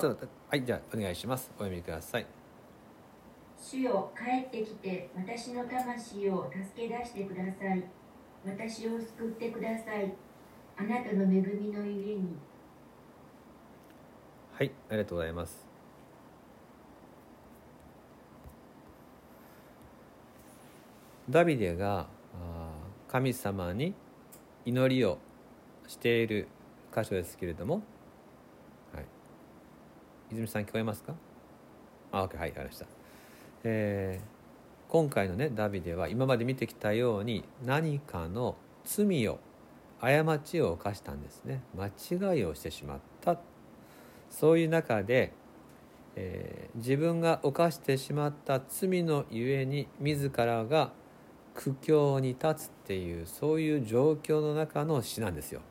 じゃあお願いします。お読みください。 主よ、帰ってきて私の魂を助け出してください。私を救ってください。あなたの恵みのゆえに。 はい、ありがとうございます。ダビデが神様に祈りをしている箇所ですけれども、はい、泉さん聞こえますか？OK、はい、ありました。今回のねダビデは今まで見てきたように何かの罪を過ちを犯したんですね。間違いをしてしまった。そういう中で、自分が犯してしまった罪のゆえに自らが苦境に立つっていう、そういう状況の中の詩なんですよ。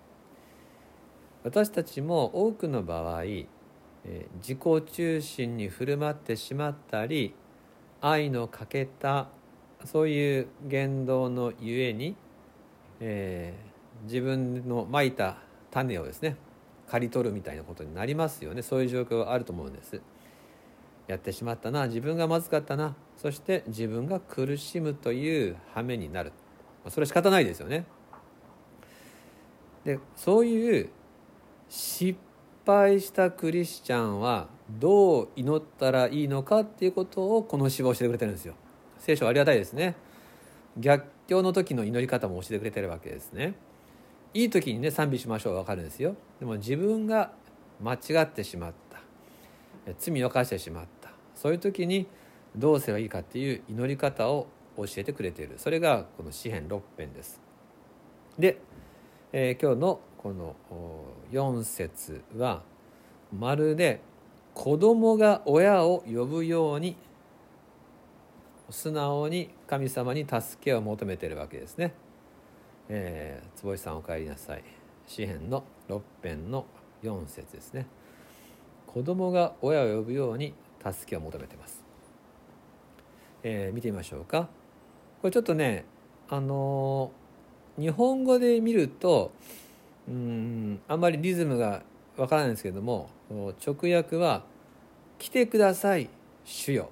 私たちも多くの場合、自己中心に振る舞ってしまったり、愛の欠けたそういう言動のゆえに、自分のまいた種をですね刈り取るみたいなことになりますよね。そういう状況があると思うんです。やってしまったな、自分がまずかったな、そして自分が苦しむという羽目になる。それは仕方ないですよね。で、そういう失敗したクリスチャンはどう祈ったらいいのかっていうことをこの詩は教えてくれてるんですよ。聖書はありがたいですね。逆境の時の祈り方も教えてくれてるわけですね。いい時にね賛美しましょう、分かるんですよ。でも自分が間違ってしまった、罪を犯してしまった、そういう時にどうすればいいかっていう祈り方を教えてくれている。それがこの詩編6編です。で、今日のこの4節はまるで子供が親を呼ぶように素直に神様に助けを求めているわけですね。坪井さんお帰りなさい。詩編の6編の4節ですね。子供が親を呼ぶように助けを求めています。見てみましょうか。これちょっとね、日本語で見るとあんまりリズムがわからないんですけれども、直訳は来てください主よ、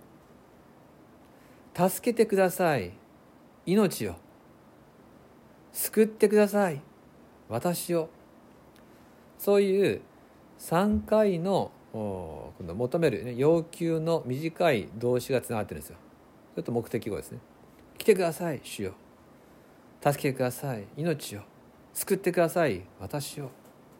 助けてください命を、救ってください私を、そういう3回の求める、ね、要求の短い動詞がつながってるんですよ。ちょっと目的語ですね。来てください主よ、助けてください命を、救ってください私を。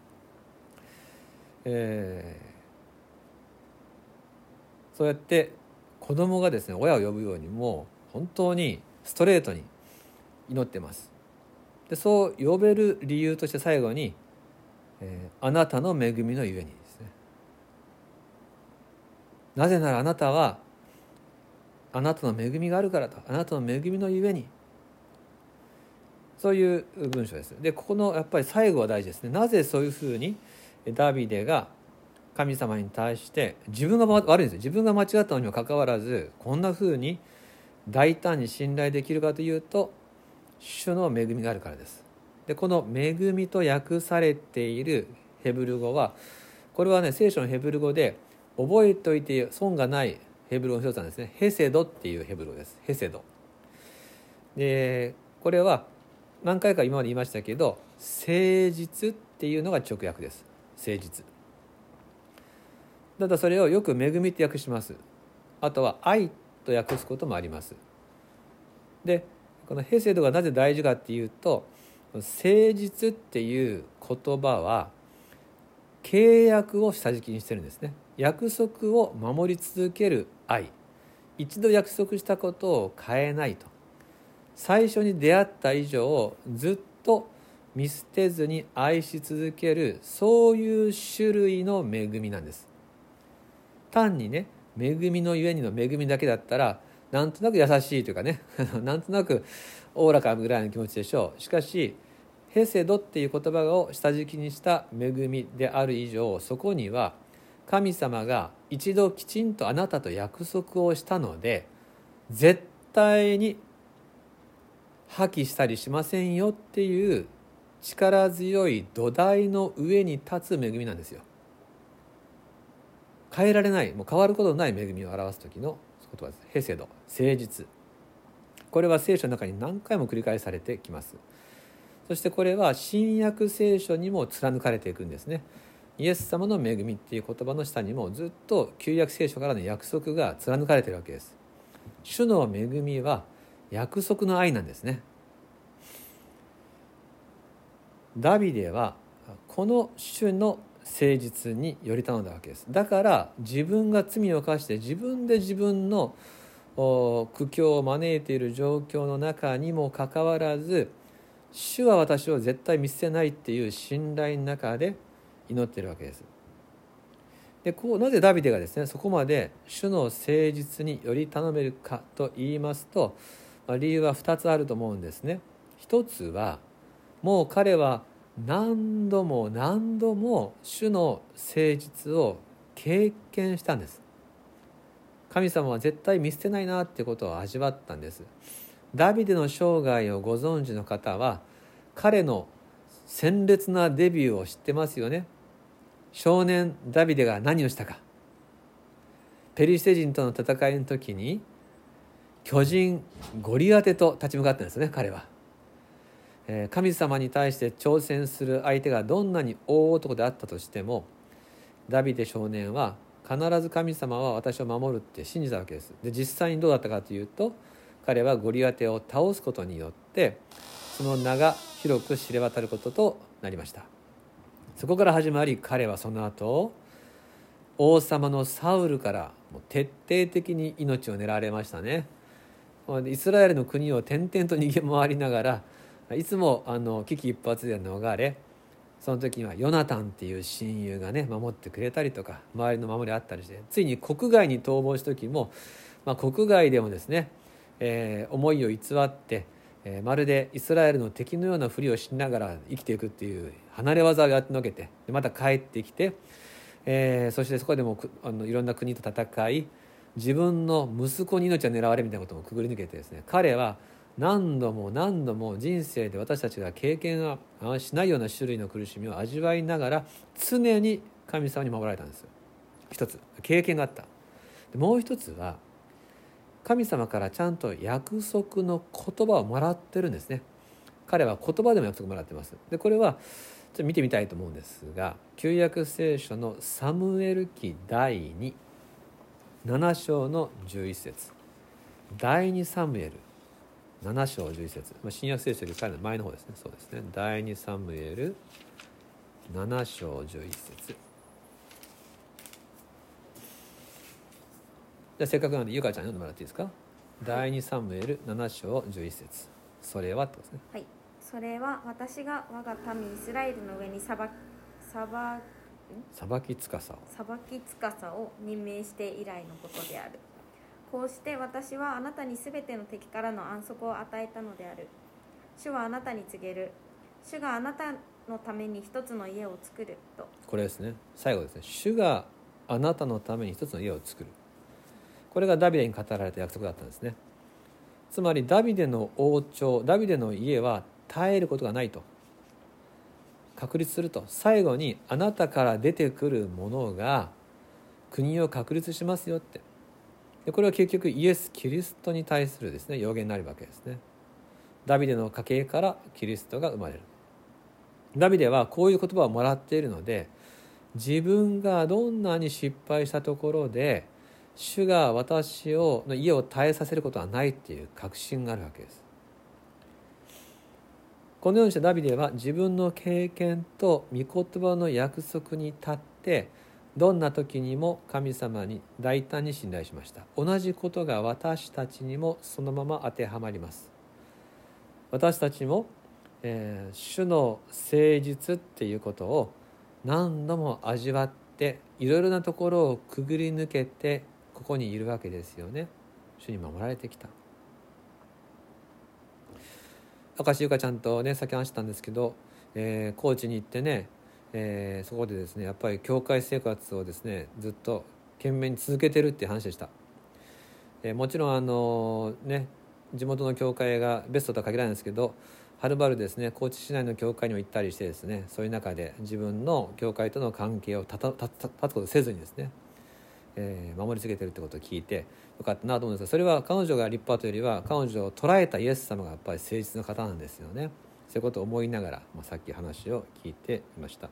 そうやって子供がですね親を呼ぶようにもう本当にストレートに祈ってます。でそう呼べる理由として最後に、あなたの恵みのゆえにですね。なぜならあなたはあなたの恵みがあるからと、あなたの恵みのゆえに、そういう文章です。でここのやっぱり最後は大事ですね。なぜそういうふうにダビデが神様に対して自分が悪いんですよ。自分が間違ったのにもかかわらずこんなふうに大胆に信頼できるかというと、主の恵みがあるからです。でこの恵みと訳されているヘブル語は、これはね聖書のヘブル語で覚えておいて損がないヘブル語の一つなんですね。ヘセドっていうヘブル語です。ヘセドで、これは何回か今まで言いましたけど、誠実っていうのが直訳です。誠実。ただそれをよく恵みって訳します。あとは愛と訳すこともあります。でこのヘセドがなぜ大事かっていうと、誠実っていう言葉は契約を下敷きにしてるんですね。約束を守り続ける愛、一度約束したことを変えないと、最初に出会った以上ずっと見捨てずに愛し続ける、そういう種類の恵みなんです。単にね恵みのゆえにの恵みだけだったらなんとなく優しいというかねなんとなくおおらかぐらいの気持ちでしょう。しかしヘセドっていう言葉を下敷きにした恵みである以上、そこには神様が一度きちんとあなたと約束をしたので絶対に破棄したりしませんよっていう力強い土台の上に立つ恵みなんですよ。 変えられない、もう変わることのない恵みを表す時の言葉です。ヘセド、誠実。これは聖書の中に何回も繰り返されてきます。そしてこれは新約聖書にも貫かれていくんですね。イエス様の恵みっていう言葉の下にもずっと旧約聖書からの約束が貫かれているわけです。主の恵みは約束の愛なんですね。ダビデはこの主の誠実により頼んだわけです。だから自分が罪を犯して自分で自分の苦境を招いている状況の中にもかかわらず、主は私を絶対見捨てないっていう信頼の中で祈っているわけです。でなぜダビデがですねそこまで主の誠実により頼めるかと言いますと、理由は2つあると思うんですね。一つはもう彼は何度も何度も主の誠実を経験したんです。神様は絶対見捨てないなってことを味わったんです。ダビデの生涯をご存知の方は彼の鮮烈なデビューを知ってますよね。少年ダビデが何をしたか。ペリシテ人との戦いの時に巨人ゴリアテと立ち向かったんですね。彼は神様に対して挑戦する相手がどんなに大男であったとしても、ダビデ少年は必ず神様は私を守るって信じたわけです。で実際にどうだったかというと、彼はゴリアテを倒すことによってその名が広く知れ渡ることとなりました。そこから始まり、彼はその後王様のサウルからもう徹底的に命を狙われましたね。イスラエルの国を転々と逃げ回りながらいつも危機一髪で逃れ、その時にはヨナタンっていう親友がね守ってくれたりとか、周りの守りあったりして、ついに国外に逃亡した時も、国外でもですね、思いを偽って、まるでイスラエルの敵のようなふりをしながら生きていくっていう離れ技をやってのけて、また帰ってきて、そしてそこでもいろんな国と戦い、自分の息子に命を狙われみたいなこともくぐり抜けてですね、彼は何度も何度も人生で私たちが経験しないような種類の苦しみを味わいながら常に神様に守られたんです。一つ経験があった。もう一つは神様からちゃんと約束の言葉をもらってるんですね。彼は言葉でも約束もらってます。でこれはちょっと見てみたいと思うんですが、旧約聖書のサムエル記第27章の11節、第2サムエル7章11節、新約聖書よりかなり前の方ですね。そうですね。第2サムエル7章11節。じゃあせっかくなのでゆかちゃん読んでもらっていいですか。第2サムエル7章11節。それはってことですね。 はい。それは私が我が民イスラエルの上に裁きつかさを任命して以来のことである。こうして私はあなたにすべての敵からの安息を与えたのである。主はあなたに告げる。主があなたのために一つの家を作ると。 これですね。最後ですね。主があなたのために一つの家を作る。これがダビデに語られた約束だったんですね。つまりダビデの王朝、ダビデの家は耐えることがないと確立すると、最後にあなたから出てくるものが国を確立しますよって。でこれは結局イエス・キリストに対するですね予言になるわけですね。ダビデの家系からキリストが生まれる。ダビデはこういう言葉をもらっているので、自分がどんなに失敗したところで主が私の家を耐えさせることはないっていう確信があるわけです。このようにしてダビデは自分の経験と御言葉の約束に立ってどんな時にも神様に大胆に信頼しました。同じことが私たちにもそのまま当てはまります。私たちも、主の誠実っていうことを何度も味わっていろいろなところをくぐり抜けてここにいるわけですよね。主に守られてきた。明石ゆかちゃんとね先話したんですけど、高知に行ってね、そこでですねやっぱり教会生活をですねずっと懸命に続けてるっていう話でした。もちろん地元の教会がベストとは限らないんですけど、はるばるですね高知市内の教会にも行ったりしてですね、そういう中で自分の教会との関係を断つことせずにですね、 守り続けてるってことを聞いてよかったなと思うんですが、それは彼女が立派というよりは彼女を捉えたイエス様がやっぱり誠実な方なんですよね。そういうことを思いながら、さっき話を聞いていました。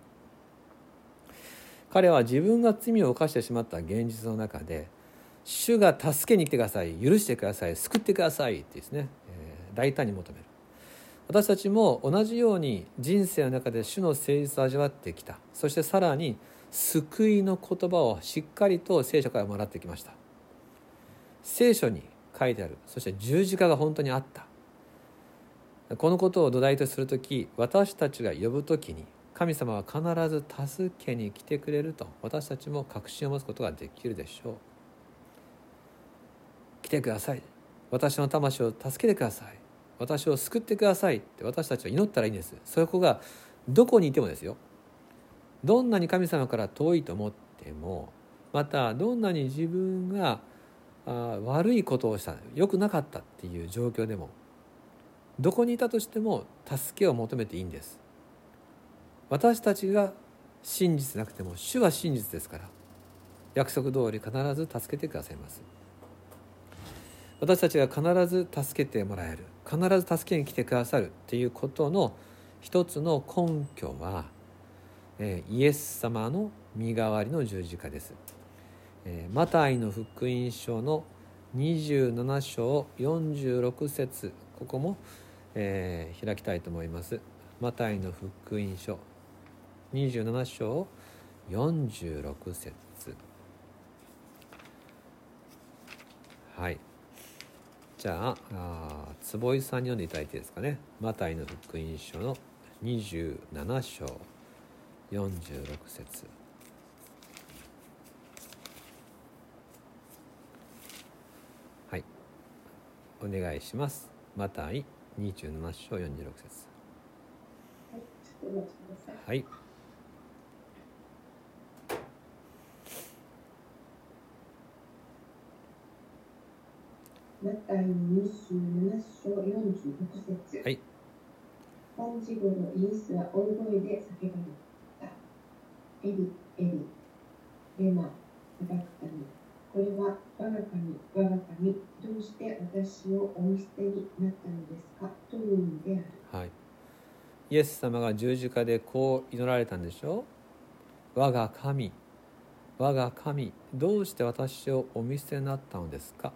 彼は自分が罪を犯してしまった現実の中で、主が助けに来てください、許してください、救ってくださいってですね、大胆に求める。私たちも同じように人生の中で主の誠実を味わってきた。そしてさらに救いの言葉をしっかりと聖書からもらってきました。聖書に書いてある、そして十字架が本当にあった。このことを土台とするとき、私たちが呼ぶときに神様は必ず助けに来てくれると私たちも確信を持つことができるでしょう。来てください、私の魂を助けてください、私を救ってくださいって私たちは祈ったらいいんです。そこがどこにいてもですよ。どんなに神様から遠いと思っても、またどんなに自分が悪いことをした、良くなかったっていう状況でも、どこにいたとしても助けを求めていいんです。私たちが真実なくても主は真実ですから、約束通り必ず助けてくださいます。私たちが必ず助けてもらえる、必ず助けに来てくださるということの一つの根拠は、イエス様の身代わりの十字架です。マタイの福音書の27章46節、ここも、開きたいと思います。マタイの福音書27章46節。はい、じゃあ坪井さんに読んでいただいていいですかね。マタイの福音書の27章46節。はい、お願いします。マタイ27章46節。 はい、ちょっとお待ちください。 はい。 マタイ27章46節。 はい。 3時ごろイエスは大声で叫ばれた。エリ、エリ、レマ、サバクタニ。これは我が神、我が神、どうして私をお見捨てになったのですかという意味である。 はい。イエス様が十字架でこう祈られたんでしょう。我が神、我が神、どうして私をお見捨てになったのですか。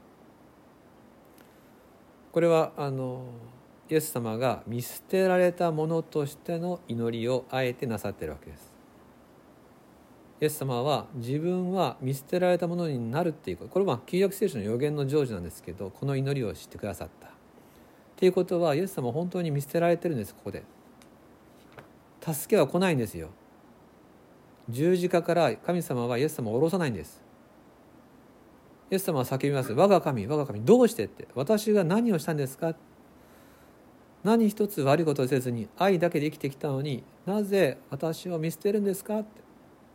これはイエス様が見捨てられたものとしての祈りをあえてなさっているわけです。イエス様は自分は見捨てられたものになるっていうこと、これは旧約聖書の預言の成就なんですけど、この祈りをしてくださったっていうことは、イエス様は本当に見捨てられてるんです。ここで助けは来ないんですよ。十字架から神様はイエス様を下ろさないんです。イエス様は叫びます。我が神、我が神、どうしてって、私が何をしたんですか。何一つ悪いことをせずに愛だけで生きてきたのに、なぜ私を見捨てるんですかって。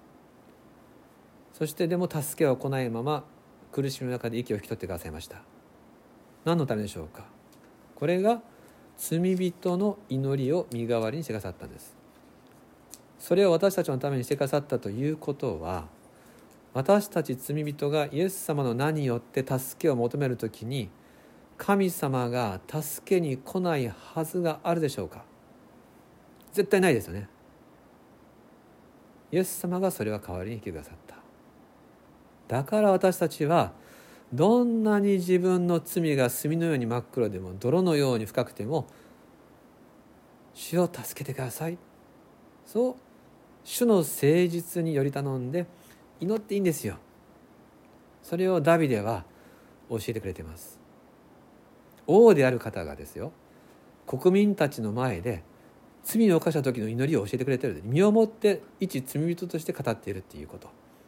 そしてでも助けは来ないまま苦しみの中で息を引き取ってくださいました。何のためでしょうか。これが罪人の祈りを身代わりにしてくださったんです。それを私たちのためにしてくださったということは、私たち罪人がイエス様の名によって助けを求めるときに、神様が助けに来ないはずがあるでしょうか。絶対ないですよね。イエス様がそれは代わりに来てくださった。だから私たちはどんなに自分の罪が墨のように真っ黒でも泥のように深くても、主を助けてください、そう主の誠実により頼んで祈っていいんですよ。それをダビデは教えてくれています。王である方がですよ、国民たちの前で罪を犯した時の祈りを教えてくれている。身をもって一罪人として語っているっていうこと。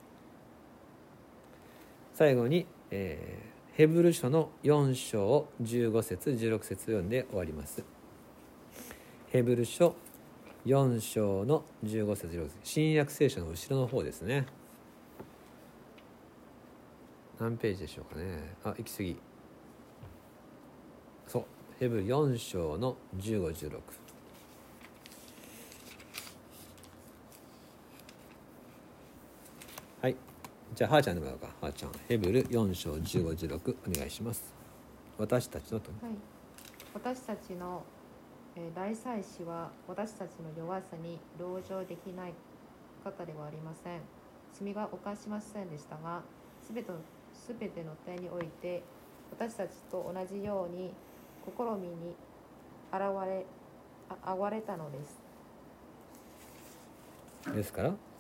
最後に、ヘブル書の4章15節16節読んで終わります。ヘブル書4章の15節16節、新約聖書の後ろの方ですね。何ページでしょうかね。行き過ぎ。そう、ヘブル4章の15、16。はい、 じゃあはーちゃんでもらおうか。はーちゃん、ヘブル4章15、16お願いします。私たちのと、 はい、私たちの大祭司は私たちの弱さに同情できない方ではありません。罪が犯しませんでしたが、すべての点において私たちと同じように試みに遭われたのです。 です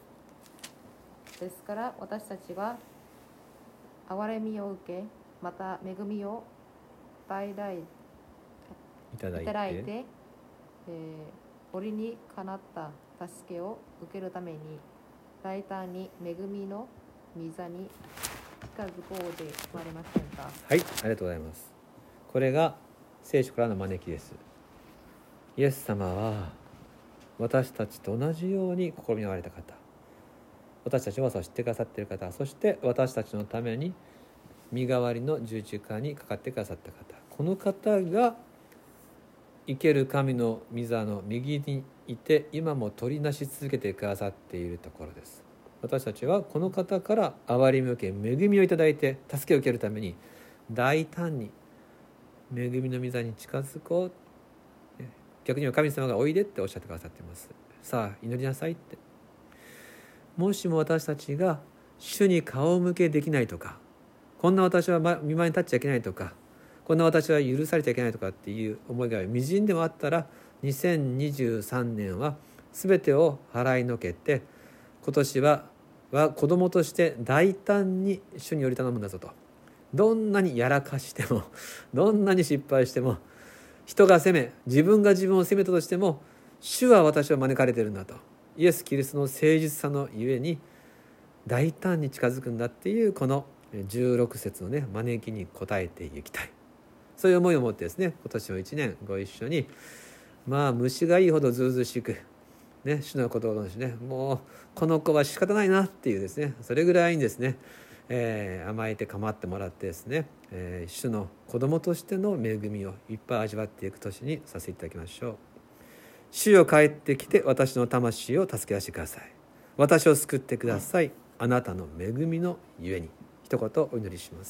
から私たちが憐れみを受け、また恵みをいただいて、折にかなった助けを受けるために大胆に恵みの御座に近づこうではありませんか。 はい、ありがとうございます。これが聖書からの招きです。イエス様は私たちと同じように試みられた方、私たちを知ってくださっている方、そして私たちのために身代わりの十字架にかかってくださった方、この方が生ける神の御座の右にいて今も取りなし続けてくださっているところです。私たちはこの方から憐れみを受け、恵みをいただいて助けを受けるために大胆に恵みの御座に近づこう、逆には神様がおいでっておっしゃってくださっています。さあ祈りなさいって。もしも私たちが主に顔向けできないとか、こんな私は見舞いに立っちゃいけないとか、こんな私は許されちゃいけないとかっていう思いが微塵でもあったら、2023年は全てを払いのけて、今年は子供として大胆に主により頼むんだぞと。どんなにやらかしても、どんなに失敗しても、人が責め、自分が自分を責めたとしても、主は私は招かれているんだと。イエス・キリストの誠実さのゆえに大胆に近づくんだっていう、この16節のね招きに応えていきたい、そういう思いを持ってですね、今年の1年ご一緒に虫がいいほどずうずうしくね、主の言葉のですね、もうこの子は仕方ないなっていうですね、それぐらいにですね、甘えて構ってもらってですね、主の子供としての恵みをいっぱい味わっていく年にさせていただきましょう。主よ帰ってきて私の魂を助け出してください。私を救ってください。あなたの恵みのゆえに。一言お祈りします。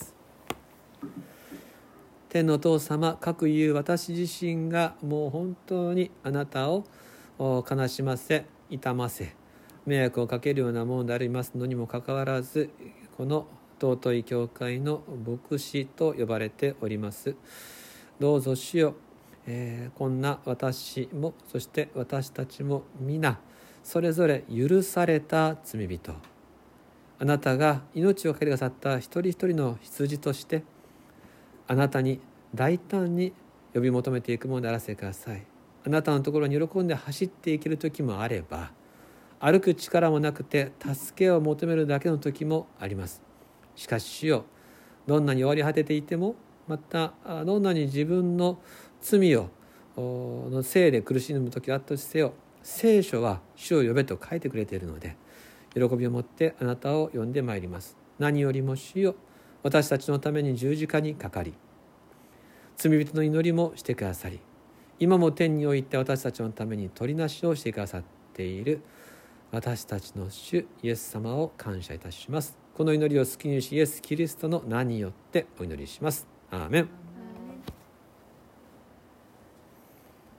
天のお父様、かくいう私自身がもう本当にあなたを悲しませ痛ませ迷惑をかけるようなものでありますのにもかかわらず、この尊い教会の牧師と呼ばれております。どうぞ主よ、こんな私もそして私たちも皆それぞれ許された罪人、あなたが命をかけてくださった一人一人の羊としてあなたに大胆に呼び求めていくものであらせてください。あなたのところに喜んで走っていける時もあれば、歩く力もなくて助けを求めるだけの時もあります。しかし主よ、どんなに弱り果てていても、またどんなに自分の罪をのせいで苦しむ時があったとせよ、聖書は主を呼べと書いてくれているので、喜びを持ってあなたを呼んでまいります。何よりも主よ、私たちのために十字架にかかり、罪人の祈りもしてくださり、今も天において私たちのために取りなしをしてくださっている私たちの主イエス様を感謝いたします。この祈りを救い主イエス・キリストの名によってお祈りします。アーメン。